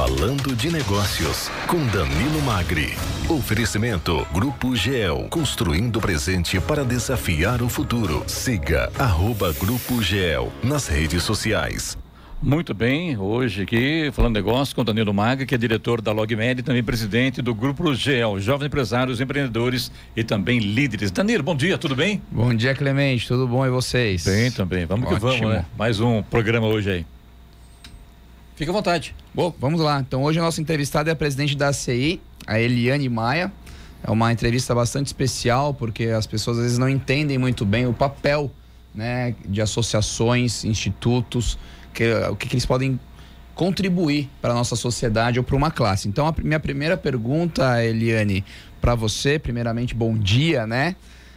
Falando de Negócios, com Danilo Magri. Oferecimento Grupo GEL, construindo o presente para desafiar o futuro. Siga @Grupo GEL nas redes sociais. Muito bem, hoje aqui falando negócio com Danilo Magri, que é diretor da LogMed e também presidente do Grupo GEL, Jovens Empresários, Empreendedores e também Líderes. Danilo, bom dia, tudo bem? Bom dia, Clemente, tudo bom e vocês? Bem também, vamos Ótimo. que vamos, né? Mais um programa hoje aí. Fica à vontade. Bom, vamos lá. Então hoje a nossa entrevistada é a presidente da ACI, a Eliane Maia. É uma entrevista bastante especial porque as pessoas às vezes não entendem muito bem o papel, né, de associações, institutos, o que eles podem contribuir para a nossa sociedade ou para uma classe. Então a minha primeira pergunta, Eliane, para você, primeiramente, bom dia, né?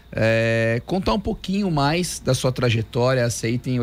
Contar um pouquinho mais da sua trajetória. A ACI tem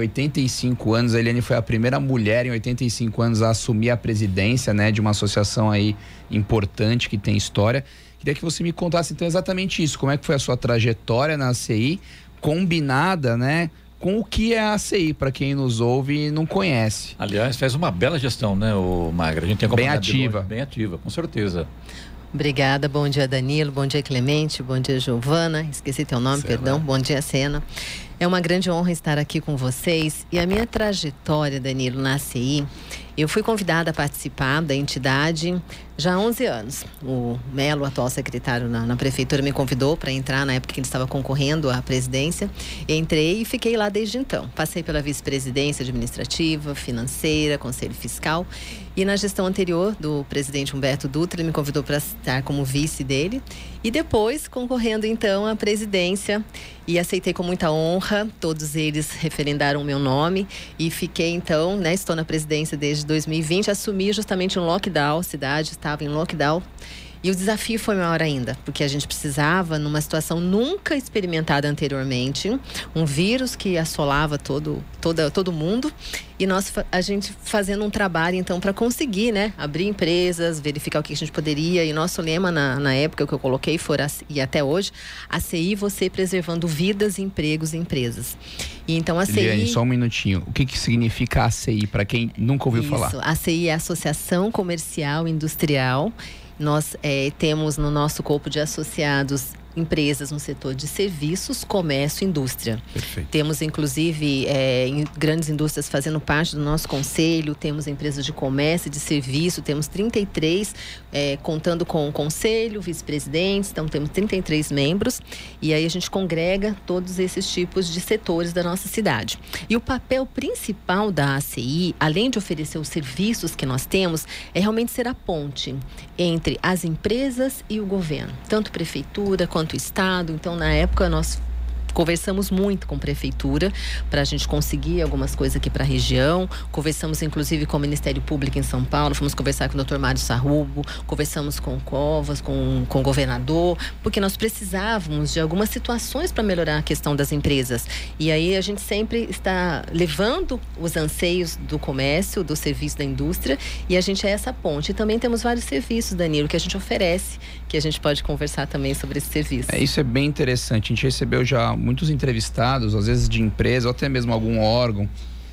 85 anos, a Eliane foi a primeira mulher em 85 anos a assumir a presidência, né, de uma associação aí importante que tem história. Queria que você me contasse então exatamente isso, como é que foi a sua trajetória na ACI, combinada, né, com o que é a ACI, para quem nos ouve e não conhece. Aliás, faz uma bela gestão, né, o Magra? A gente tem bem ativa. Bem ativa, com certeza. Obrigada, bom dia Danilo, bom dia Clemente, bom dia Giovana, esqueci teu nome, perdão, bom dia Sena. É uma grande honra estar aqui com vocês e a minha trajetória, Danilo, na ACI, eu fui convidada a participar da entidade já há 11 anos. O Melo, atual secretário na prefeitura, me convidou para entrar na época que ele estava concorrendo à presidência. Entrei e fiquei lá desde então. Passei pela vice-presidência administrativa, financeira, conselho fiscal. E na gestão anterior do presidente Humberto Dutra, ele me convidou para estar como vice dele. E depois, concorrendo então à presidência, e aceitei com muita honra. Todos eles referendaram o meu nome e fiquei então, né, estou na presidência desde 2020, assumi justamente um lockdown, a cidade estava em lockdown. E o desafio foi maior ainda, porque a gente precisava, numa situação nunca experimentada anteriormente, um vírus que assolava todo mundo, e a gente fazendo um trabalho, então, para conseguir, né, abrir empresas, verificar o que a gente poderia. E nosso lema, na época que eu coloquei, e até hoje, ACI, você preservando vidas, empregos e empresas. E então, a ACI... Eliane, só um minutinho. O que significa ACI, para quem nunca ouviu falar? A ACI é a Associação Comercial Industrial. Nós temos no nosso corpo de associados empresas no setor de serviços, comércio e indústria. Perfeito. Temos, inclusive, grandes indústrias fazendo parte do nosso conselho, temos empresas de comércio e de serviço, temos 33, contando com o conselho, vice-presidentes, então temos 33 membros, e aí a gente congrega todos esses tipos de setores da nossa cidade. E o papel principal da ACI, além de oferecer os serviços que nós temos, é realmente ser a ponte entre as empresas e o governo, tanto prefeitura quanto o Estado. Então, na época, nós conversamos muito com a prefeitura para a gente conseguir algumas coisas aqui para a região. Conversamos, inclusive, com o Ministério Público em São Paulo. Fomos conversar com o Dr. Mário Sarrubo. Conversamos com o Covas, com o governador, porque nós precisávamos de algumas situações para melhorar a questão das empresas. E aí a gente sempre está levando os anseios do comércio, do serviço da indústria, e a gente é essa ponte. E também temos vários serviços, Danilo, que a gente oferece, que a gente pode conversar também sobre esse serviço. Isso é bem interessante. A gente recebeu já muitos entrevistados, às vezes de empresa ou até mesmo algum órgão,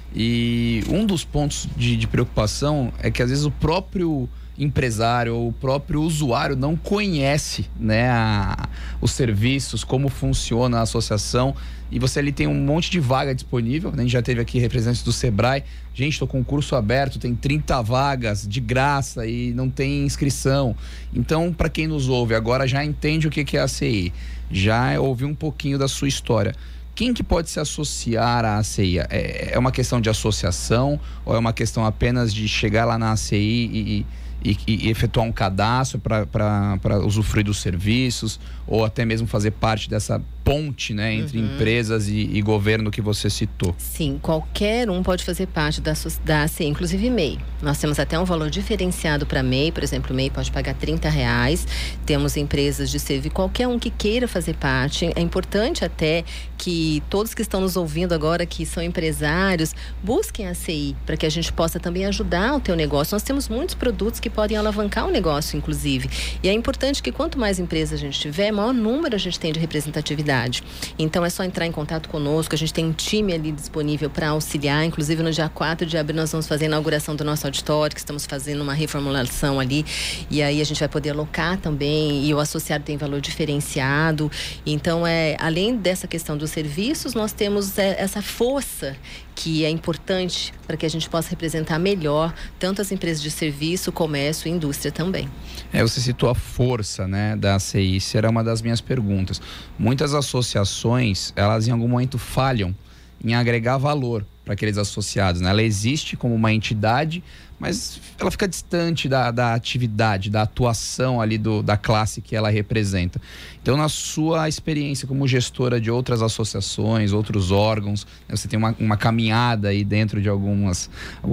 e um dos pontos de preocupação é que às vezes o próprio empresário ou o próprio usuário não conhece, né, os serviços, como funciona a associação, e você ali tem um monte de vaga disponível, né? A gente já teve aqui representantes do Sebrae. Gente, estou com concurso aberto, tem 30 vagas de graça e não tem inscrição. Então, para quem nos ouve agora, já entende o que é a ACI, já ouviu um pouquinho da sua história. Quem que pode se associar à ACI? É uma questão de associação ou é uma questão apenas de chegar lá na ACI e efetuar um cadastro para usufruir dos serviços, ou até mesmo fazer parte dessa ponte, né, entre empresas e governo que você citou? Sim, qualquer um pode fazer parte da ACI, inclusive MEI. Nós temos até um valor diferenciado para MEI, por exemplo, o MEI pode pagar R$30. Temos empresas de serviço, qualquer um que queira fazer parte. É importante até que todos que estão nos ouvindo agora, que são empresários, busquem a ACI, para que a gente possa também ajudar o teu negócio. Nós temos muitos produtos que que podem alavancar o negócio, inclusive. E é importante que quanto mais empresas a gente tiver, maior número a gente tem de representatividade. Então é só entrar em contato conosco, a gente tem um time ali disponível para auxiliar. Inclusive no dia 4 de abril nós vamos fazer a inauguração do nosso auditório, que estamos fazendo uma reformulação ali, e aí a gente vai poder alocar também, e o associado tem valor diferenciado. Então além dessa questão dos serviços, nós temos essa força que é importante para que a gente possa representar melhor tanto as empresas de serviço, comércio e indústria também. Você citou a força, né, da ACI, isso era uma das minhas perguntas. Muitas associações, elas em algum momento falham em agregar valor para aqueles associados, né? Ela existe como uma entidade, mas ela fica distante da atividade, da atuação ali da classe que ela representa. Então, na sua experiência como gestora de outras associações, outros órgãos, né, você tem uma caminhada aí dentro de algumas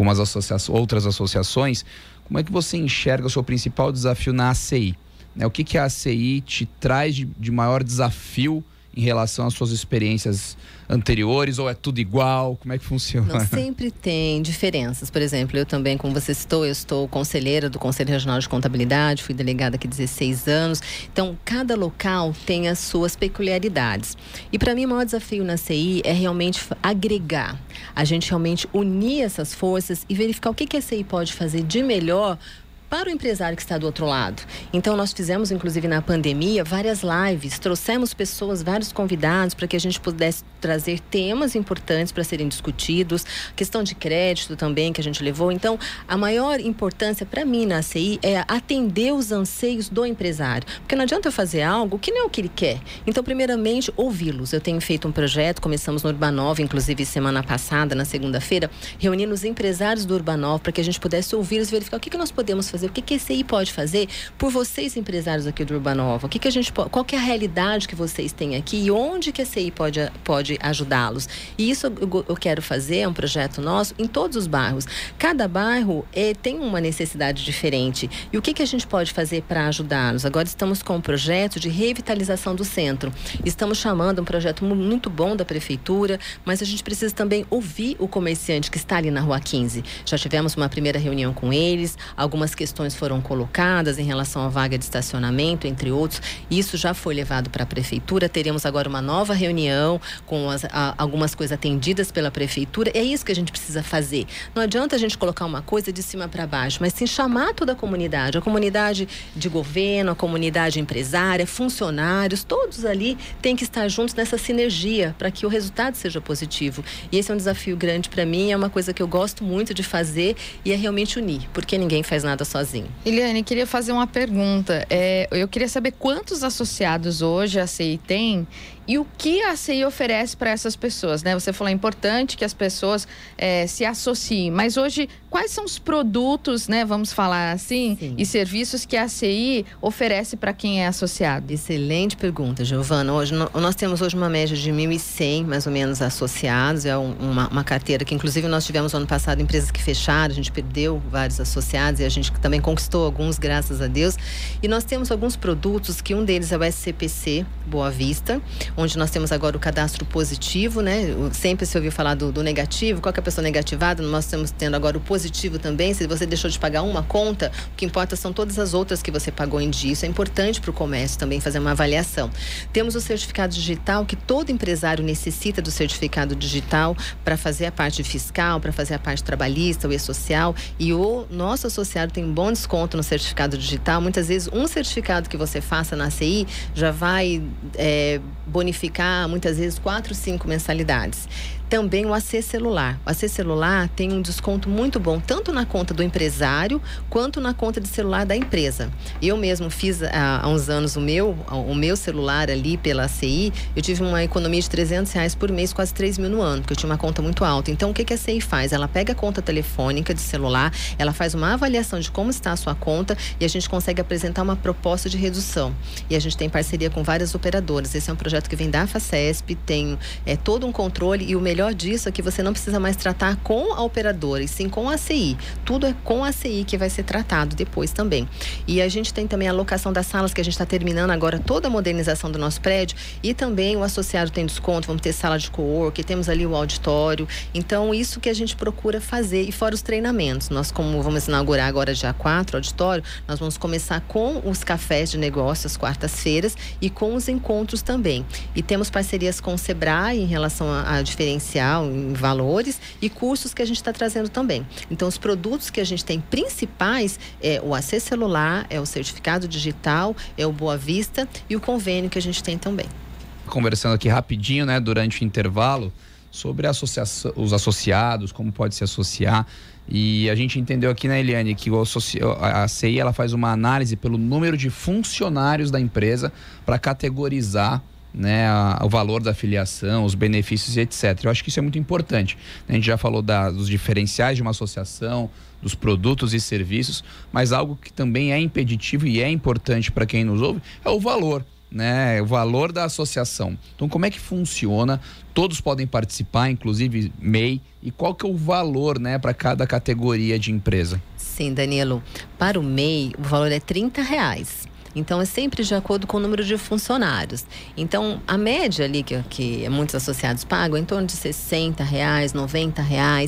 outras associações, como é que você enxerga o seu principal desafio na ACI? Né, o que a ACI te traz de maior desafio em relação às suas experiências anteriores, ou é tudo igual? Como é que funciona? Não, sempre tem diferenças. Por exemplo, eu também, como você citou, eu estou conselheira do Conselho Regional de Contabilidade, fui delegada aqui 16 anos. Então, cada local tem as suas peculiaridades. E para mim, o maior desafio na CI é realmente agregar. A gente realmente unir essas forças e verificar o que a CI pode fazer de melhor para o empresário que está do outro lado. Então, nós fizemos, inclusive na pandemia, várias lives, trouxemos pessoas, vários convidados, para que a gente pudesse trazer temas importantes para serem discutidos, questão de crédito também que a gente levou. Então, a maior importância para mim na ACI é atender os anseios do empresário, porque não adianta eu fazer algo que não é o que ele quer. Então, primeiramente, ouvi-los. Eu tenho feito um projeto, começamos no Urbanova, inclusive semana passada, na segunda-feira, reunindo os empresários do Urbanova para que a gente pudesse ouvi-los, verificar o que nós podemos fazer, o que a CI pode fazer por vocês, empresários aqui do Urbanova, qual que é a realidade que vocês têm aqui e onde que a CI pode ajudá-los. E isso eu quero fazer, é um projeto nosso, em todos os bairros. Cada bairro tem uma necessidade diferente. E o que a gente pode fazer para ajudá-los? Agora estamos com um projeto de revitalização do centro. Estamos chamando um projeto muito bom da prefeitura, mas a gente precisa também ouvir o comerciante que está ali na Rua 15. Já tivemos uma primeira reunião com eles, algumas questões foram colocadas em relação à vaga de estacionamento, entre outros. Isso já foi levado para a prefeitura. Teremos agora uma nova reunião com algumas coisas atendidas pela prefeitura. É isso que a gente precisa fazer. Não adianta a gente colocar uma coisa de cima para baixo, mas sim chamar toda a comunidade de governo, a comunidade empresária, funcionários, todos ali têm que estar juntos nessa sinergia para que o resultado seja positivo. E esse é um desafio grande para mim, é uma coisa que eu gosto muito de fazer e é realmente unir, porque ninguém faz nada sozinho. Eliane, queria fazer uma pergunta. Eu queria saber quantos associados hoje a CI tem e o que a CI oferece para essas pessoas, né? Você falou, é importante que as pessoas se associem, mas hoje quais são os produtos, né, vamos falar assim, sim, e serviços que a CI oferece para quem é associado? Excelente pergunta, Giovana. Nós temos hoje uma média de 1.100, mais ou menos, associados. É uma carteira que, inclusive, nós tivemos ano passado empresas que fecharam, a gente perdeu vários associados e a gente também conquistou alguns, graças a Deus. E nós temos alguns produtos, que um deles é o SCPC Boa Vista, onde nós temos agora o cadastro positivo, né? Sempre se ouviu falar do negativo, qual que é a pessoa negativada, nós estamos tendo agora o positivo também. Se você deixou de pagar uma conta, o que importa são todas as outras que você pagou em dia. Isso é importante para o comércio também fazer uma avaliação. Temos o certificado digital, que todo empresário necessita do certificado digital para fazer a parte fiscal, para fazer a parte trabalhista, o e-social, e o nosso associado tem um bom desconto no certificado digital. Muitas vezes um certificado que você faça na CI já vai bonificar muitas vezes 4, 5 mensalidades. Também o AC Celular. O AC Celular tem um desconto muito bom, tanto na conta do empresário, quanto na conta de celular da empresa. Eu mesmo fiz há uns anos o meu celular ali pela ACI, eu tive uma economia de R$300 por mês, quase 3 mil no ano, porque eu tinha uma conta muito alta. Então, o que a ACI faz? Ela pega a conta telefônica de celular, ela faz uma avaliação de como está a sua conta e a gente consegue apresentar uma proposta de redução. E a gente tem parceria com várias operadoras. Esse é um projeto que vem da FACESP, tem todo um controle, e o melhor melhor disso é que você não precisa mais tratar com a operadora, e sim com a ACI. Tudo é com a ACI que vai ser tratado depois também. E a gente tem também a locação das salas, que a gente está terminando agora toda a modernização do nosso prédio, e também o associado tem desconto, vamos ter sala de co-work, temos ali o auditório. Então, isso que a gente procura fazer, e fora os treinamentos. Nós, como vamos inaugurar agora dia 4 o auditório, nós vamos começar com os cafés de negócio às quartas-feiras e com os encontros também. E temos parcerias com o Sebrae em relação a diferencial em valores e cursos que a gente está trazendo também. Então, os produtos que a gente tem principais é o AC celular, é o certificado digital, é o Boa Vista e o convênio que a gente tem também. Conversando aqui rapidinho, né, durante o intervalo, sobre os associados, como pode se associar. E a gente entendeu aqui, né, Eliane, que a CI ela faz uma análise pelo número de funcionários da empresa para categorizar, né, o valor da filiação, os benefícios e etc. Eu acho que isso é muito importante. A gente já falou dos diferenciais de uma associação, dos produtos e serviços, mas algo que também é impeditivo e é importante para quem nos ouve é o valor. Né, o valor da associação. Então, como é que funciona? Todos podem participar, inclusive MEI. E qual que é o valor, né, para cada categoria de empresa? Sim, Danilo. Para o MEI, o valor é R$30. Então, é sempre de acordo com o número de funcionários. Então, a média ali que muitos associados pagam é em torno de R$60, R$90,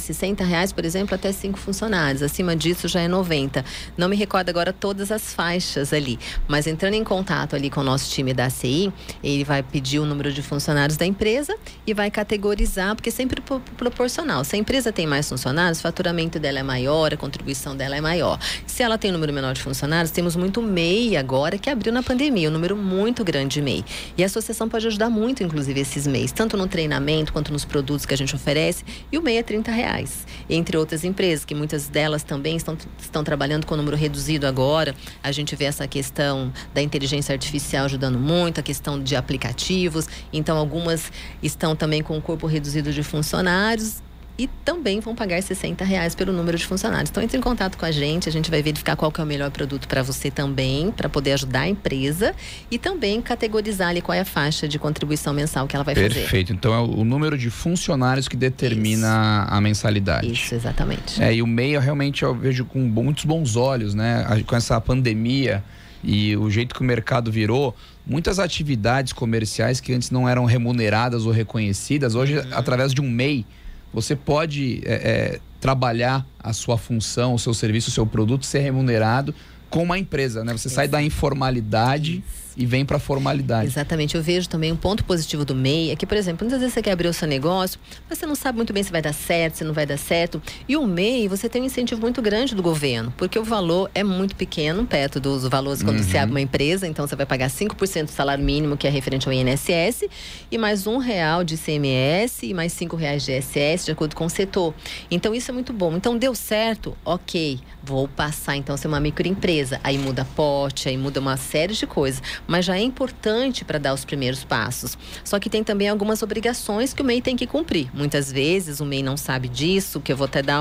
R$60, por exemplo, até 5 funcionários. Acima disso já é 90. Não me recordo agora todas as faixas ali. Mas entrando em contato ali com o nosso time da ACI, ele vai pedir o número de funcionários da empresa e vai categorizar, porque é sempre proporcional. Se a empresa tem mais funcionários, o faturamento dela é maior, a contribuição dela é maior. Se ela tem um número menor de funcionários, temos muito MEI agora, que abriu na pandemia, um número muito grande de MEI. E a associação pode ajudar muito, inclusive, esses MEIs, tanto no treinamento quanto nos produtos que a gente oferece. E o MEI é R$30, entre outras empresas, que muitas delas também estão trabalhando com número reduzido agora. A gente vê essa questão da inteligência artificial ajudando muito, a questão de aplicativos. Então, algumas estão também com um corpo reduzido de funcionários e também vão pagar R$60 pelo número de funcionários. Então, entre em contato com a gente vai verificar qual que é o melhor produto para você também, para poder ajudar a empresa e também categorizar ali qual é a faixa de contribuição mensal que ela vai fazer. Perfeito. Então, é o número de funcionários que determina a mensalidade. Isso, exatamente. E o MEI, realmente, eu vejo com muitos bons olhos, né? Com essa pandemia e o jeito que o mercado virou, muitas atividades comerciais que antes não eram remuneradas ou reconhecidas, hoje, através de um MEI, você pode trabalhar a sua função, o seu serviço, o seu produto, ser remunerado com uma empresa, né? Você sai da informalidade e vem para a formalidade. Exatamente. Eu vejo também um ponto positivo do MEI é que, por exemplo, muitas vezes você quer abrir o seu negócio, mas você não sabe muito bem se vai dar certo, se não vai dar certo. E o MEI, você tem um incentivo muito grande do governo, porque o valor é muito pequeno, perto dos valores quando você abre uma empresa. Então, você vai pagar 5% do salário mínimo, que é referente ao INSS, e mais R$1 de ICMS e mais R$5 de ISS, de acordo com o setor. Então, isso é muito bom. Então, deu certo? Ok. Vou passar, então, a ser uma microempresa. Aí muda porte, aí muda uma série de coisas. Mas já é importante para dar os primeiros passos. Só que tem também algumas obrigações que o MEI tem que cumprir. Muitas vezes o MEI não sabe disso, que eu vou até dar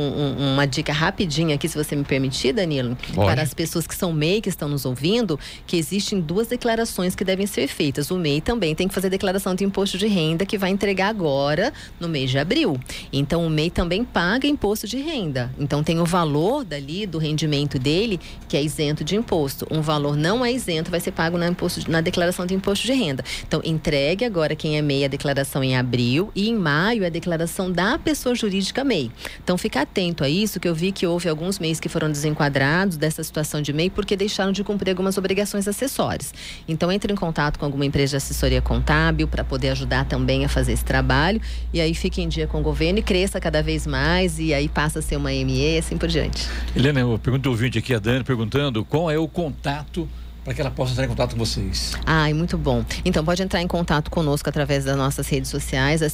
uma dica rapidinha aqui, se você me permitir, Danilo. Pode. Para as pessoas que são MEI, que estão nos ouvindo, que existem 2 declarações que devem ser feitas. O MEI também tem que fazer declaração de imposto de renda, que vai entregar agora no mês de abril. Então, o MEI também paga imposto de renda. Então, tem o valor dali do rendimento dele, que é isento de imposto. Um valor não é isento, vai ser pago na declaração de imposto de renda. Então, entregue agora quem é MEI a declaração em abril e em maio a declaração da pessoa jurídica MEI. Então, fica atento a isso, que eu vi que houve alguns MEIs que foram desenquadrados dessa situação de MEI porque deixaram de cumprir algumas obrigações acessórias. Então, entre em contato com alguma empresa de assessoria contábil para poder ajudar também a fazer esse trabalho e aí fique em dia com o governo e cresça cada vez mais e aí passa a ser uma ME e assim por diante. Helena, eu pergunto do ouvinte aqui, a Dani, perguntando qual é o contato para que ela possa entrar em contato com vocês. Muito bom. Então, pode entrar em contato conosco através das nossas redes sociais,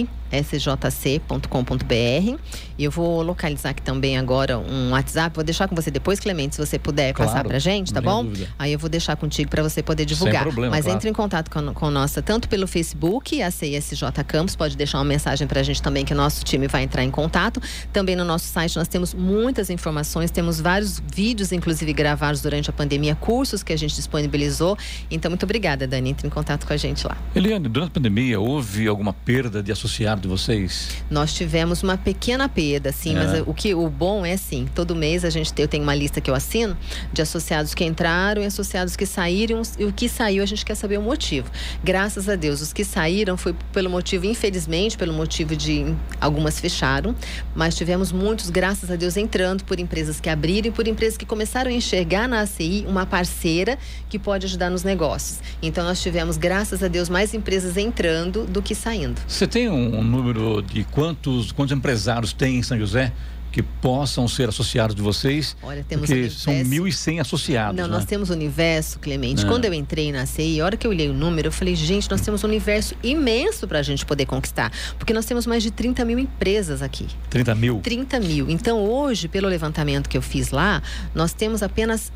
acisjc.com.br. E eu vou localizar aqui também agora um WhatsApp. Vou deixar com você depois, Clemente, se você puder passar pra gente, tá bom? Dúvida. Aí eu vou deixar contigo para você poder divulgar. Sem problema, Mas claro. entre em contato com a nossa, tanto pelo Facebook, a CISJ Campus, pode deixar uma mensagem pra gente também, que o nosso time vai entrar em contato. Também no nosso site nós temos muitas informações, temos vários vídeos, inclusive gravados durante a pandemia, cursos que a gente disponibilizou. Então, muito obrigada, Dani. Entre em contato com a gente lá. Eliane, durante a pandemia, houve alguma perda de associados associado de vocês? Nós tivemos uma pequena perda, sim, mas o bom é assim, todo mês eu tenho uma lista que eu assino de associados que entraram e associados que saíram, e o que saiu a gente quer saber o motivo. Graças a Deus, os que saíram foi pelo motivo, infelizmente, pelo motivo de algumas fecharam, mas tivemos muitos, graças a Deus, entrando por empresas que abriram e por empresas que começaram a enxergar na ACI uma parceira que pode ajudar nos negócios. Então nós tivemos, graças a Deus, mais empresas entrando do que saindo. Você tem um número de quantos empresários tem em São José que possam ser associados de vocês? Olha, temos porque são 1.100 associados. Não, né? nós temos um universo, Clemente. Quando eu entrei na CI, a hora que eu olhei o número, eu falei, gente, nós temos um universo imenso para a gente poder conquistar. Porque nós temos mais de 30 mil empresas aqui. 30 mil? 30 mil. Então, hoje, pelo levantamento que eu fiz lá, nós temos apenas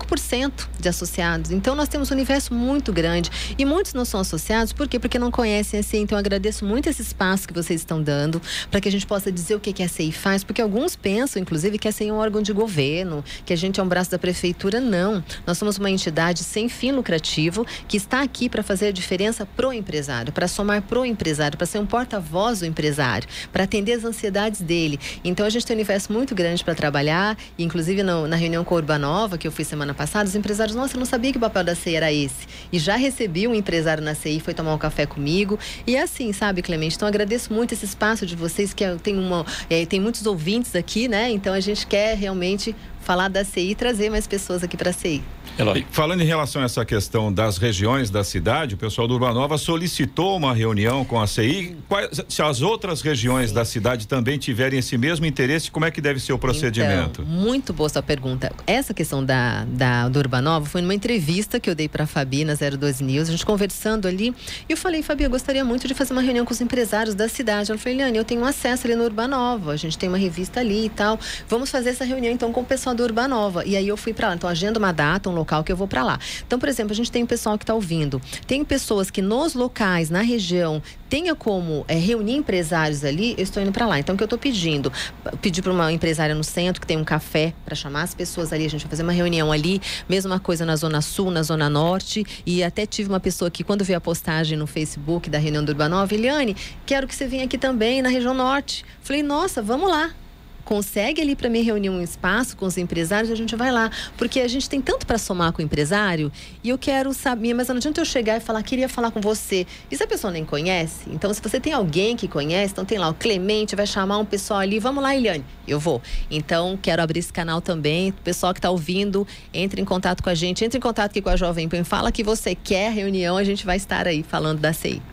5% de associados. Então, nós temos um universo muito grande. E muitos não são associados, por quê? Porque não conhecem a CI. Então, eu agradeço muito esse espaço que vocês estão dando para que a gente possa dizer o que a CI faz, porque alguns pensam, inclusive, que a CI é um órgão de governo, que a gente é um braço da prefeitura. Não. Nós somos uma entidade sem fim lucrativo que está aqui para fazer a diferença pro empresário, para somar pro empresário, para ser um porta-voz do empresário, para atender as ansiedades dele. Então, a gente tem um universo muito grande para trabalhar, e, inclusive, na reunião com a Urbanova, que eu fui semana passada, os empresários, nossa, eu não sabia que o papel da CI era esse. E já recebi um empresário na CI, foi tomar um café comigo. E é assim, sabe, Clemente? Então, agradeço muito esse espaço de vocês, que tem muitos ouvintes aqui, né? Então a gente quer realmente falar da CI e trazer mais pessoas aqui para a CI. E falando em relação a essa questão das regiões da cidade, o pessoal do Urbanova solicitou uma reunião com a CI. Se as outras regiões da cidade também tiverem esse mesmo interesse, como é que deve ser o procedimento? Então, muito boa sua pergunta. Essa questão do Urbanova foi numa entrevista que eu dei para a Fabi na 02 News, a gente conversando ali, e eu falei, Fabi, eu gostaria muito de fazer uma reunião com os empresários da cidade. Ela falou, Eliane, eu tenho acesso ali no Urbanova, a gente tem uma revista ali e tal, vamos fazer essa reunião então com o pessoal do Urbanova. E aí eu fui para lá, então agenda uma data, um local que eu vou para lá. Então, por exemplo, a gente tem um pessoal que está ouvindo, tem pessoas que nos locais, na região, tenha como reunir empresários ali, eu estou indo para lá. Então, o que eu estou pedindo? Pedi para uma empresária no centro que tem um café para chamar as pessoas ali, a gente vai fazer uma reunião ali, mesma coisa na Zona Sul, na Zona Norte, e até tive uma pessoa que, quando viu a postagem no Facebook da reunião do Urbanova, Eliane, quero que você venha aqui também na região Norte. Falei, nossa, vamos lá. Consegue ali para mim reunir um espaço com os empresários, a gente vai lá, porque a gente tem tanto para somar com o empresário, e eu quero saber, mas não adianta eu chegar e falar, queria falar com você, e se a pessoa nem conhece, então se você tem alguém que conhece, então tem lá o Clemente, vai chamar um pessoal ali, vamos lá, Eliane, eu vou. Então quero abrir esse canal também, o pessoal que está ouvindo, entre em contato com a gente, entre em contato aqui com a Jovem Pan, fala que você quer reunião, a gente vai estar aí falando da CI.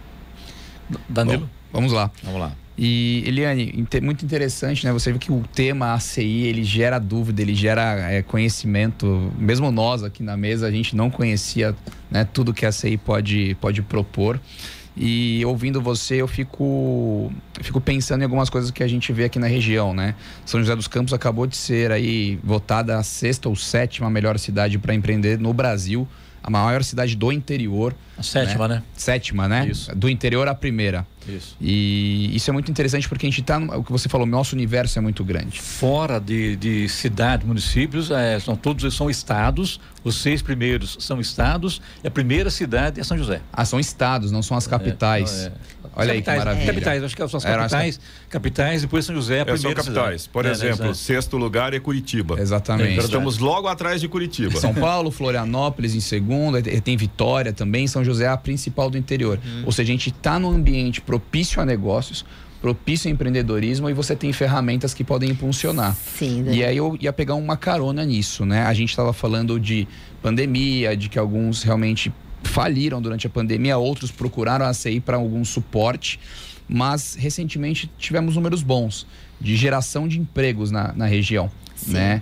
Danilo? Bom, vamos lá. Vamos lá. E, Eliane, muito interessante, né? Você vê que o tema ACI, ele gera dúvida, ele gera conhecimento. Mesmo nós aqui na mesa, a gente não conhecia, né, tudo que a ACI pode propor. E ouvindo você, eu fico pensando em algumas coisas que a gente vê aqui na região, né? São José dos Campos acabou de ser aí votada a 6ª ou 7ª melhor cidade para empreender no Brasil. A maior cidade do interior. A 7ª, né? 7ª, né? Isso. Do interior a 1ª. Isso. E isso é muito interessante porque a gente está, o que você falou, nosso universo é muito grande. Fora de cidades, municípios, são estados, os 6 primeiros são estados, e a primeira cidade é São José. São estados, não são as capitais. Olha aí que maravilha. Capitais, acho que são as capitais, depois São José é a primeira são capitais. Cidade. Por exemplo, 6º lugar é Curitiba. Exatamente. Estamos logo atrás de Curitiba. São Paulo, Florianópolis em 2º, tem Vitória também, São José é a principal do interior. Ou seja, a gente está num ambiente propício a negócios, propício a empreendedorismo, e você tem ferramentas que podem impulsionar. Sim, né? E aí eu ia pegar uma carona nisso, né? A gente estava falando de pandemia, de que alguns realmente faliram durante a pandemia, outros procuraram a ACI para algum suporte, mas recentemente tivemos números bons de geração de empregos na região. Sim. Né?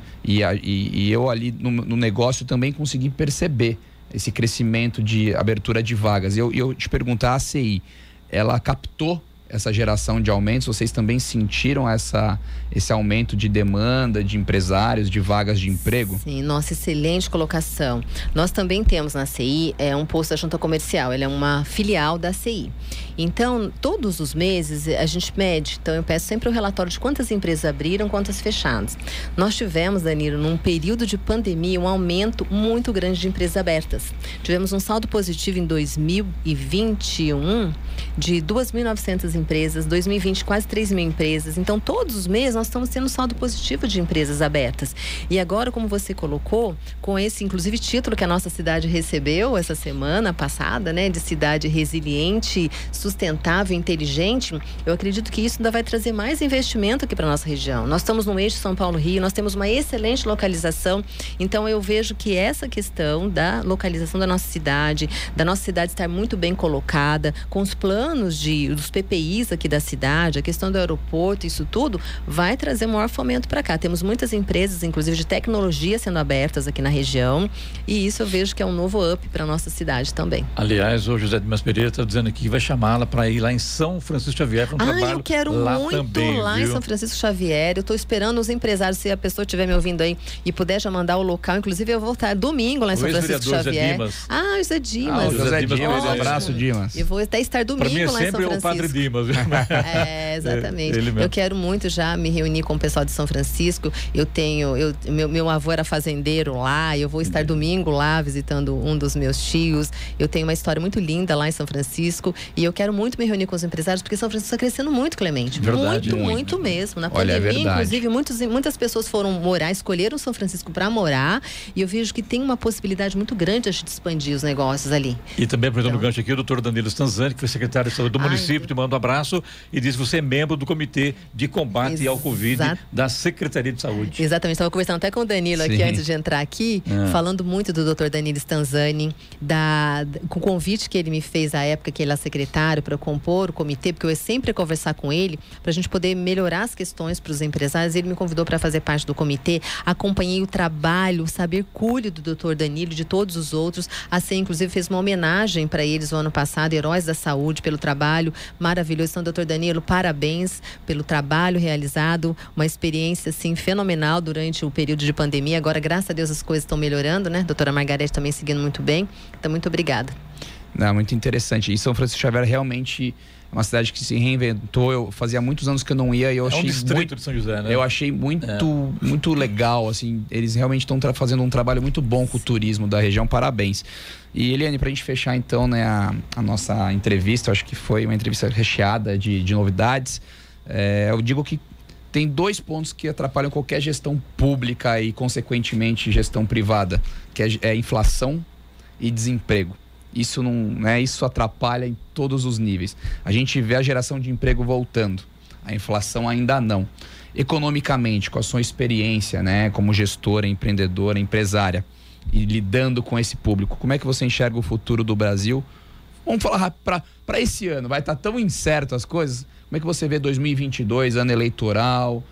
E eu ali no negócio também consegui perceber esse crescimento de abertura de vagas. E eu te perguntar, a ACI, ela captou essa geração de aumentos? Vocês também sentiram esse aumento de demanda de empresários, de vagas de emprego? Sim, nossa, excelente colocação. Nós também temos na CI um posto da junta comercial, ela é uma filial da CI. Então, todos os meses a gente mede, então eu peço sempre o relatório de quantas empresas abriram, quantas fechadas. Nós tivemos, Danilo, num período de pandemia, um aumento muito grande de empresas abertas. Tivemos um saldo positivo em 2021 de 2.900 empresas empresas, 2020 quase 3 mil empresas. Então, todos os meses nós estamos tendo saldo positivo de empresas abertas. E agora, como você colocou, com esse, inclusive, título que a nossa cidade recebeu essa semana passada, né, de cidade resiliente, sustentável, inteligente, eu acredito que isso ainda vai trazer mais investimento aqui para nossa região. Nós estamos no eixo São Paulo-Rio, nós temos uma excelente localização, então eu vejo que essa questão da localização da nossa cidade estar muito bem colocada, com os planos dos PPIs aqui da cidade, a questão do aeroporto, isso tudo vai trazer maior fomento para cá. Temos muitas empresas, inclusive de tecnologia, sendo abertas aqui na região, e isso eu vejo que é um novo up para nossa cidade também. Aliás, o José Dimas Pereira está dizendo aqui que vai chamá-la para ir lá em São Francisco Xavier para um trabalho. Eu quero lá muito também, lá viu? em São Francisco Xavier. Eu estou esperando os empresários, se a pessoa estiver me ouvindo aí e puder já mandar o local, inclusive eu vou estar domingo lá em São Francisco Xavier. O José Dimas. José Dimas, um abraço, Dimas. Eu vou até estar domingo pra mim lá em São Francisco. É o Padre Dimas. Exatamente. Eu quero muito já me reunir com o pessoal de São Francisco. Meu avô era fazendeiro lá, eu vou estar domingo lá visitando um dos meus tios. Eu tenho uma história muito linda lá em São Francisco e eu quero muito me reunir com os empresários, porque São Francisco está crescendo muito, Clemente. Verdade, muito mesmo. Na Olha, pandemia, é inclusive, muitas pessoas foram morar, escolheram São Francisco para morar, e eu vejo que tem uma possibilidade muito grande de expandir os negócios ali. E também, aproveitando o gancho aqui, o doutor Danilo Stanzani, que foi secretário de saúde do município, te manda um abraço e diz que você é membro do Comitê de Combate ao Covid da Secretaria de Saúde. Exatamente, estava conversando até com o Danilo aqui antes de entrar aqui, falando muito do doutor Danilo Stanzani, com o convite que ele me fez à época que ele era secretário para compor o comitê, porque eu ia sempre conversar com ele para a gente poder melhorar as questões para os empresários. Ele me convidou para fazer parte do comitê, acompanhei o trabalho, o saber culho do doutor Danilo e de todos os outros. A CEI, inclusive, fez uma homenagem para eles no ano passado, Heróis da Saúde, pelo trabalho maravilhoso. Então, doutor Danilo, parabéns pelo trabalho realizado, uma experiência, assim, fenomenal durante o período de pandemia. Agora, graças a Deus, as coisas estão melhorando, né? Doutora Margarete também seguindo muito bem. Então, muito obrigada. Muito interessante. E São Francisco Xavier realmente é uma cidade que se reinventou. Eu fazia muitos anos que eu não ia e eu achei um distrito de São José, né? Eu achei muito legal, assim. Eles realmente estão fazendo um trabalho muito bom com o turismo da região. Parabéns. E Eliane, pra gente fechar então, né, a nossa entrevista, eu acho que foi uma entrevista recheada de novidades. Eu digo que tem 2 pontos que atrapalham qualquer gestão pública e, consequentemente, gestão privada, que é inflação e desemprego. Isso isso atrapalha em todos os níveis. A gente vê a geração de emprego voltando, a inflação ainda não. Economicamente, com a sua experiência, né, como gestora, empreendedora, empresária, e lidando com esse público, como é que você enxerga o futuro do Brasil? Vamos falar para esse ano, vai estar tão incerto as coisas. Como é que você vê 2022, ano eleitoral?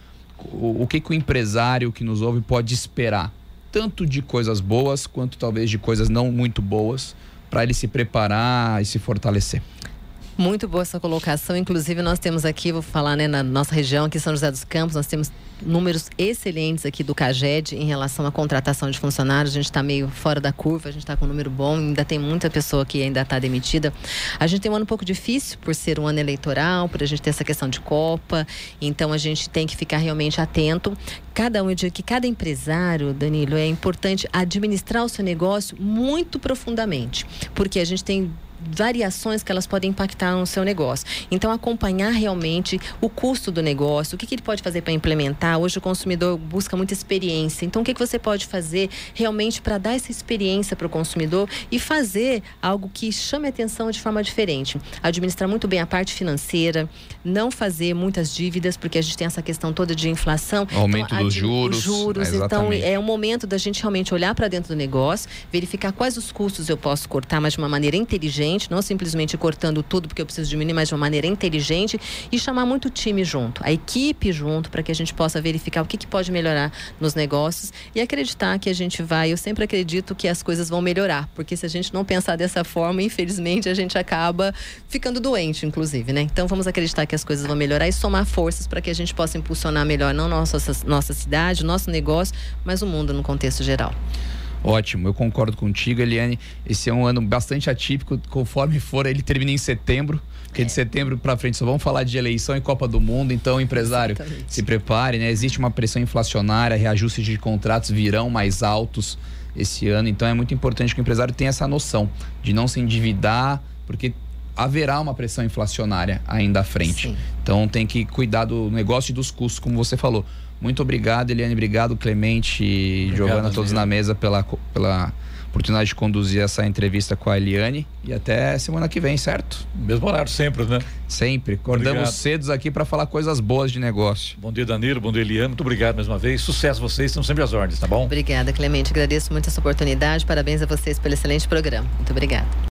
O que o empresário que nos ouve pode esperar? Tanto de coisas boas, quanto talvez de coisas não muito boas, para ele se preparar e se fortalecer. Muito boa essa colocação. Inclusive, nós temos aqui, vou falar, né, na nossa região, aqui em São José dos Campos, nós temos números excelentes aqui do CAGED em relação à contratação de funcionários. A gente está meio fora da curva, a gente está com um número bom, ainda tem muita pessoa que ainda está demitida. A gente tem um ano um pouco difícil por ser um ano eleitoral, por a gente ter essa questão de Copa, então a gente tem que ficar realmente atento. Eu digo que cada empresário, Danilo, é importante administrar o seu negócio muito profundamente, porque a gente tem variações que elas podem impactar no seu negócio. Então, acompanhar realmente o custo do negócio, o que ele pode fazer para implementar. Hoje o consumidor busca muita experiência. Então, o que você pode fazer realmente para dar essa experiência para o consumidor e fazer algo que chame a atenção de forma diferente. Administrar muito bem a parte financeira, não fazer muitas dívidas, porque a gente tem essa questão toda de inflação. Aumento dos juros. Então, é um momento da gente realmente olhar para dentro do negócio, verificar quais os custos eu posso cortar, mas de uma maneira inteligente, não simplesmente cortando tudo porque eu preciso diminuir, mas de uma maneira inteligente, e chamar muito o time junto, a equipe junto, para que a gente possa verificar o que pode melhorar nos negócios e acreditar que a gente vai. Eu sempre acredito que as coisas vão melhorar, porque se a gente não pensar dessa forma, infelizmente a gente acaba ficando doente, inclusive, né? Então vamos acreditar que as coisas vão melhorar e somar forças para que a gente possa impulsionar melhor não nossa cidade, nosso negócio, mas o mundo no contexto geral. Ótimo, eu concordo contigo, Eliane. Esse é um ano bastante atípico, conforme for, ele termina em setembro, porque de setembro para frente só vamos falar de eleição e Copa do Mundo. Então, empresário, se prepare, né? Existe uma pressão inflacionária, reajustes de contratos virão mais altos esse ano. Então, é muito importante que o empresário tenha essa noção de não se endividar, porque haverá uma pressão inflacionária ainda à frente. Sim. Então tem que cuidar do negócio e dos custos, como você falou. Muito obrigado, Eliane, obrigado, Clemente e Giovana, todos na mesa pela oportunidade de conduzir essa entrevista com a Eliane, e até semana que vem, certo? Mesmo horário sempre, né? Sempre. Acordamos cedo aqui para falar coisas boas de negócio. Bom dia, Danilo, bom dia, Eliane, muito obrigado mais uma vez, sucesso a vocês, estão sempre às ordens, tá bom? Obrigada, Clemente, agradeço muito essa oportunidade, parabéns a vocês pelo excelente programa, muito obrigada.